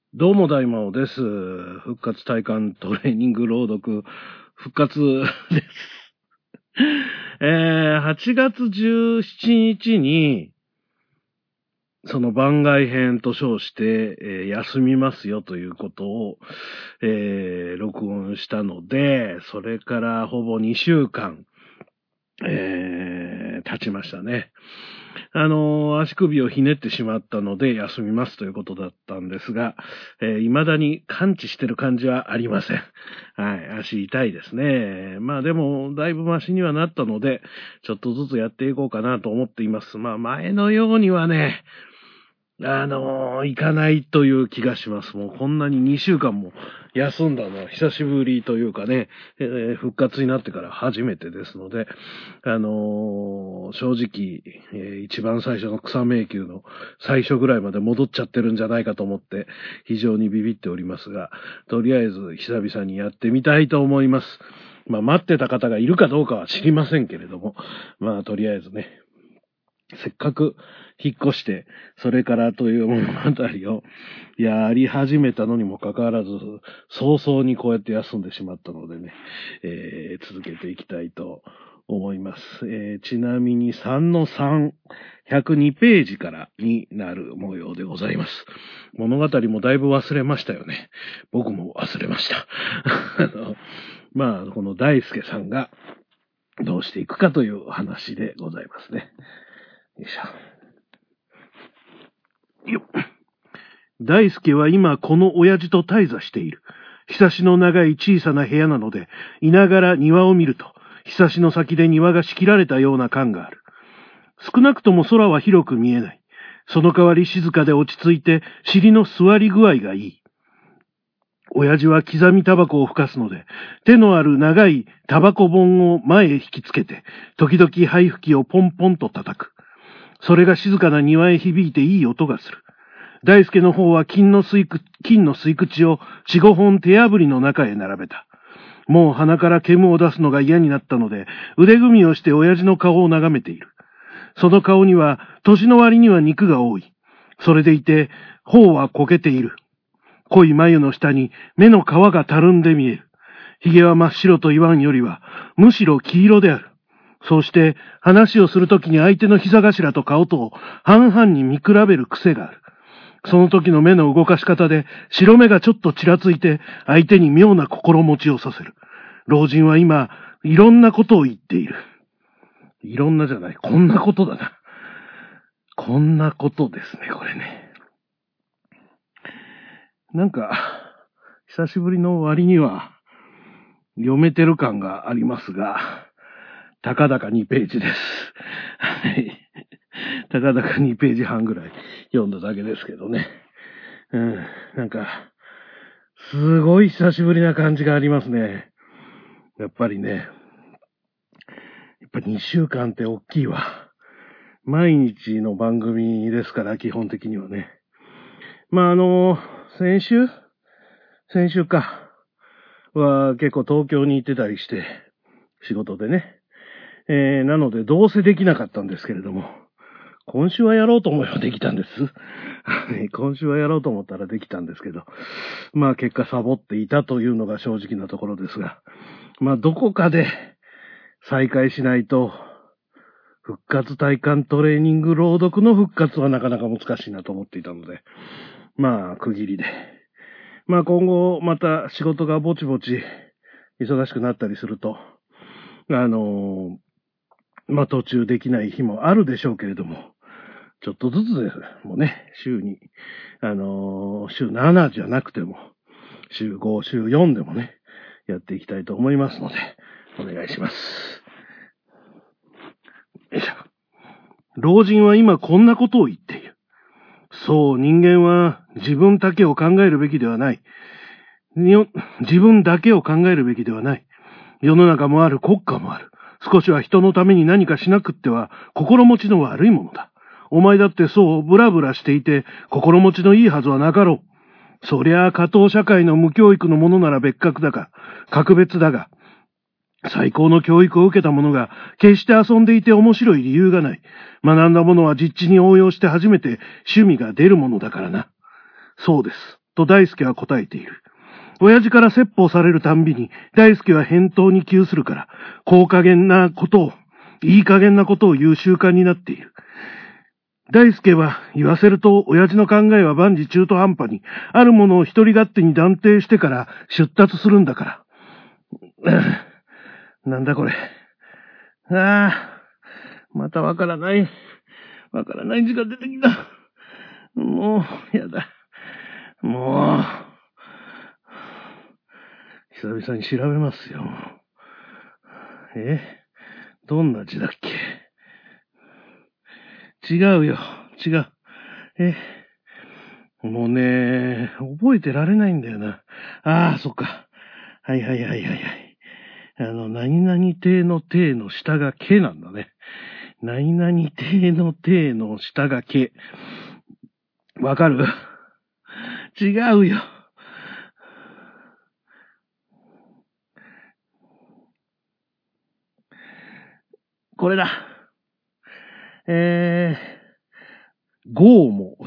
どうも大魔王です。復活体感トレーニング朗読復活です。8月17日にその番外編と称して、休みますよということを、録音したので、それからほぼ2週間、経ちましたね。足首をひねってしまったので休みますということだったんですが、未だに完治してる感じはありません。はい、足痛いですね。まあでも、だいぶマシにはなったので、ちょっとずつやっていこうかなと思っています。まあ前のようにはね、行かないという気がします。もうこんなに2週間も休んだのは久しぶりというかね、復活になってから初めてですので、正直、一番最初の草迷宮の最初ぐらいまで戻っちゃってるんじゃないかと思って非常にビビっておりますが、とりあえず久々にやってみたいと思います。まあ待ってた方がいるかどうかは知りませんけれども、まあとりあえずね、せっかく引っ越して、それからという物語をやり始めたのにもかかわらず、早々にこうやって休んでしまったのでね、続けていきたいと思います。ちなみに3-3、102ページからになる模様でございます。物語もだいぶ忘れましたよね。僕も忘れました。まあ、この大輔さんがどうしていくかという話でございますね。よいしょ。よっ。大輔は今この親父と対座している。ひさしの長い小さな部屋なので、いながら庭を見ると、ひさしの先で庭が仕切られたような感がある。少なくとも空は広く見えない。その代わり静かで落ち着いて、尻の座り具合がいい。親父は刻みタバコを吹かすので、手のある長いタバコ本を前へ引きつけて、時々灰吹きをポンポンと叩く。それが静かな庭へ響いていい音がする。大輔の方は金の吸い口を4、5本手破りの中へ並べた。もう鼻から煙を出すのが嫌になったので、腕組みをして親父の顔を眺めている。その顔には、年の割には肉が多い。それでいて、頬はこけている。濃い眉の下に目の皮がたるんで見える。髭は真っ白と言わんよりは、むしろ黄色である。そうして話をするときに相手の膝頭と顔とを半々に見比べる癖がある。その時の目の動かし方で白目がちょっとちらついて相手に妙な心持ちをさせる。老人は今いろんなことを言っている。いろんなじゃない。こんなことだな。こんなことですね、これね。なんか、久しぶりの割には読めてる感がありますが、たかだか2ページです。はい。たかだか2ページ半ぐらい読んだだけですけどね。なんか、すごい久しぶりな感じがありますね。やっぱりね。やっぱ2週間って大きいわ。毎日の番組ですから、基本的にはね。まあ、先週か。は結構東京に行ってたりして、仕事でね。なので、どうせできなかったんですけれども、今週はやろうと思えばできたんです。今週はやろうと思ったらできたんですけど、まあ結果サボっていたというのが正直なところですが、まあどこかで再開しないと、復活体感トレーニング朗読の復活はなかなか難しいなと思っていたので、まあ区切りで。まあ今後また仕事がぼちぼち忙しくなったりすると、まあ途中できない日もあるでしょうけれども、ちょっとずつですもね、週に、週7じゃなくても、週5、週4でもね、やっていきたいと思いますので、お願いします。よいしょ。老人は今こんなことを言っている。そう、人間は自分だけを考えるべきではない。自分だけを考えるべきではない。世の中もある、国家もある。少しは人のために何かしなくっては心持ちの悪いものだ。お前だってそうブラブラしていて心持ちのいいはずはなかろう。そりゃあ下等社会の無教育のものなら別格だが、格別だが、最高の教育を受けた者が決して遊んでいて面白い理由がない。学んだ者は実地に応用して初めて趣味が出るものだからな。そうです。 と大輔は答えている。親父から説法されるたんびに大輔は返答に窮するから、いい加減なことを言う習慣になっている。大輔は言わせると親父の考えは万事中途半端に、あるものを一人勝手に断定してから出立するんだから。なんだこれ。またわからない字が出てきた。もう、やだ。もう、久々に調べますよ。どんな字だっけ？違うよ。違う。もうね、覚えてられないんだよな。そっか。はい。何々亭の亭の下がけなんだね。何々亭の亭の下がけ。わかる？違うよ。これだ。ゴーモ。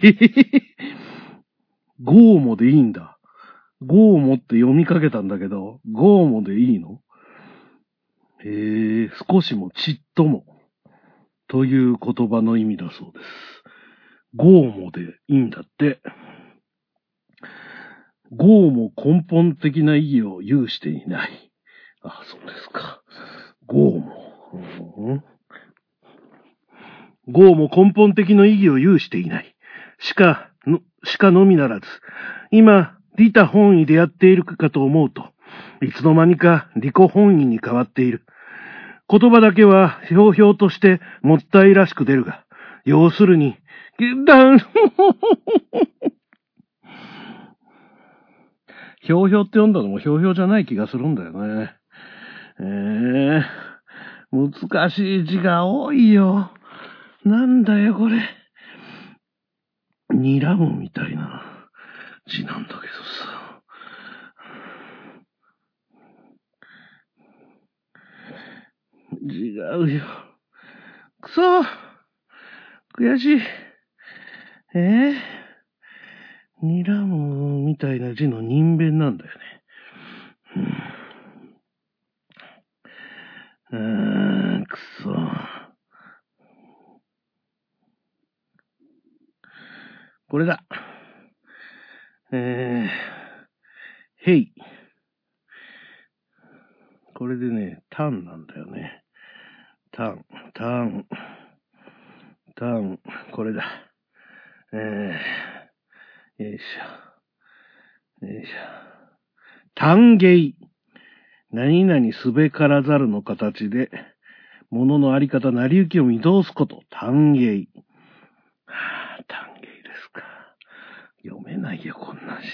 ゴーモでいいんだ。ゴーモって読みかけたんだけど、ゴーモでいいの？少しもちっとも。という言葉の意味だそうです。ゴーモでいいんだって。ゴーモ根本的な意義を有していない。そうですか。ゴーモ。ゴーも根本的な意義を有していない。しかのみならず、今、利他本意でやっているかと思うと、いつの間にか利己本意に変わっている。言葉だけはひょうひょうとしてもったいらしく出るが、要するに、ひょうひょうって読んだのもひょうひょうじゃない気がするんだよね。難しい字が多いよ。なんだよこれ。睨むみたいな字なんだけどさ。違うよ。くそ！悔しい。睨むみたいな字の人弁なんだよね。くそ。これだ。へい。これでね、タンなんだよね。タン、これだ。よいしょ。単芸。何々すべからざるの形で、物のあり方、成り行きを見通すこと。単芸。単芸ですか。読めないよ、こんな字。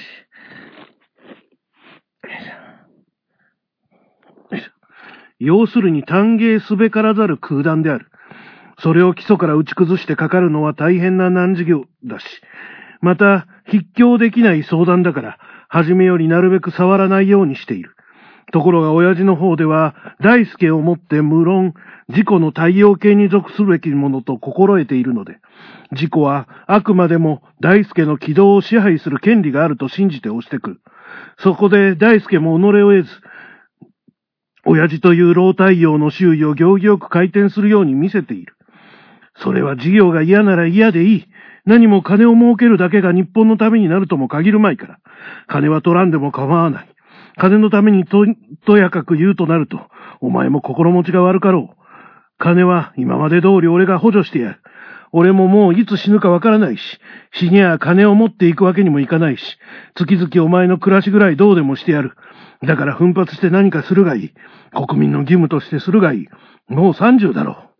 要するに単芸すべからざる空談である。それを基礎から打ち崩してかかるのは大変な難事業だし、また、筆境できない相談だから、初めよりなるべく触らないようにしている。ところが親父の方では、大輔をもって無論、自己の太陽系に属すべきものと心得ているので、自己はあくまでも大輔の軌道を支配する権利があると信じて押してくる。そこで大輔も己を得ず、親父という老太陽の周囲を行儀よく回転するように見せている。それは事業が嫌なら嫌でいい。何も金を儲けるだけが日本のためになるとも限るまいから。金は取らんでも構わない。金のためにとやかく言うとなると、お前も心持ちが悪かろう。金は今まで通り俺が補助してやる。俺ももういつ死ぬかわからないし、死にゃ金を持っていくわけにもいかないし、月々お前の暮らしぐらいどうでもしてやる。だから奮発して何かするがいい。国民の義務としてするがいい。もう30だろう。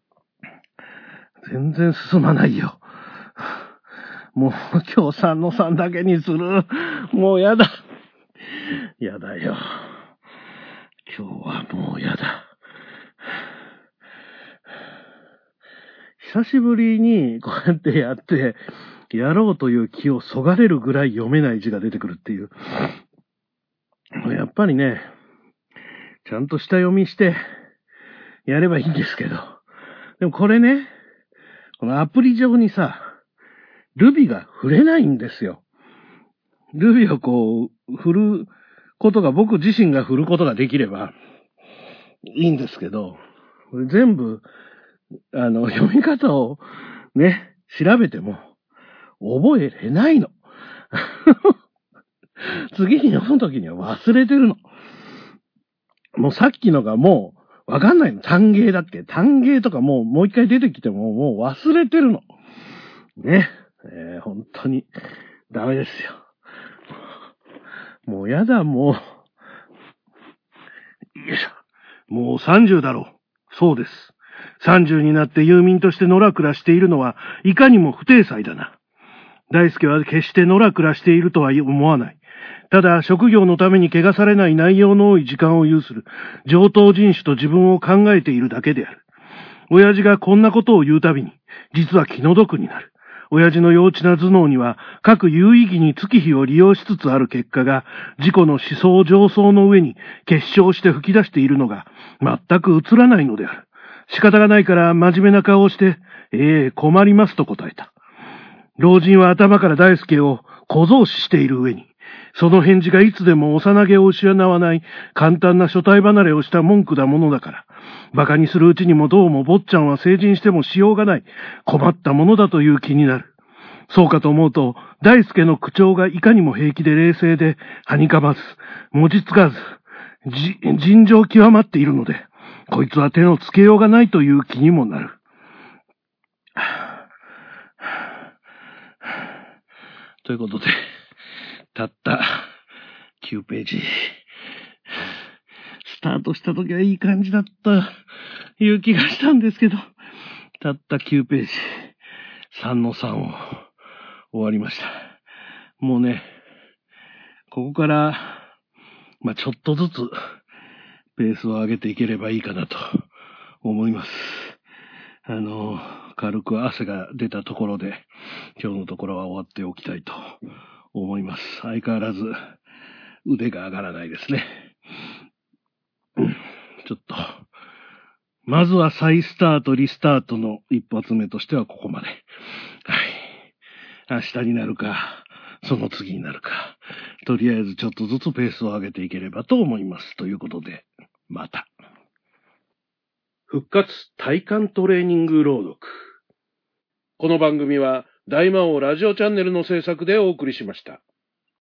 全然進まないよ。もう今日3の3だけにする。もうやだ。やだよ。今日はもうやだ。久しぶりにこうやってやって、やろうという気をそがれるぐらい読めない字が出てくるっていう。やっぱりね、ちゃんと下読みしてやればいいんですけど。でもこれね、このアプリ上にさ、ルビが触れないんですよ。 ルビをこう、振ることが、僕自身が振ることができればいいんですけど、これ全部、読み方をね、調べても覚えれないの。次に読むときには忘れてるの。もうさっきのがもうわかんないの。単芸だっけ？単芸とかもう一回出てきてももう忘れてるの。ね。本当にダメですよ。もうやだ、もう。よいしょ。もう30だろう。そうです。30になって遊民として野良暮らしているのはいかにも不定裁だな。大輔は決して野良暮らしているとは思わない。ただ、職業のために汚されない内容の多い時間を有する上等人種と自分を考えているだけである。親父がこんなことを言うたびに、実は気の毒になる。親父の幼稚な頭脳には、各有意義に月日を利用しつつある結果が、自己の思想上層の上に結晶して吹き出しているのが、全く映らないのである。仕方がないから真面目な顔をして、困りますと答えた。老人は頭から大輔を小僧視している上に、その返事がいつでも幼気を失わない簡単な初対離れをした文句だものだから、馬鹿にするうちにもどうも坊ちゃんは成人してもしようがない困ったものだという気になる。そうかと思うと、大輔の口調がいかにも平気で冷静で、はにかまず、文字つかず、尋常極まっているので、こいつは手のつけようがないという気にもなる。ということで、たった9ページ。スタートした時はいい感じだったいう気がしたんですけど、たった9ページ。3の3を終わりました。もうね、ここから、ちょっとずつペースを上げていければいいかなと思います。軽く汗が出たところで、今日のところは終わっておきたいと思います。相変わらず腕が上がらないですね。ちょっと、まずは再スタート、リスタートの一発目としてはここまで。はい。明日になるか、その次になるか。とりあえずちょっとずつペースを上げていければと思います。ということで、また。復活体幹トレーニング朗読。この番組は大魔王ラジオチャンネルの制作でお送りしました。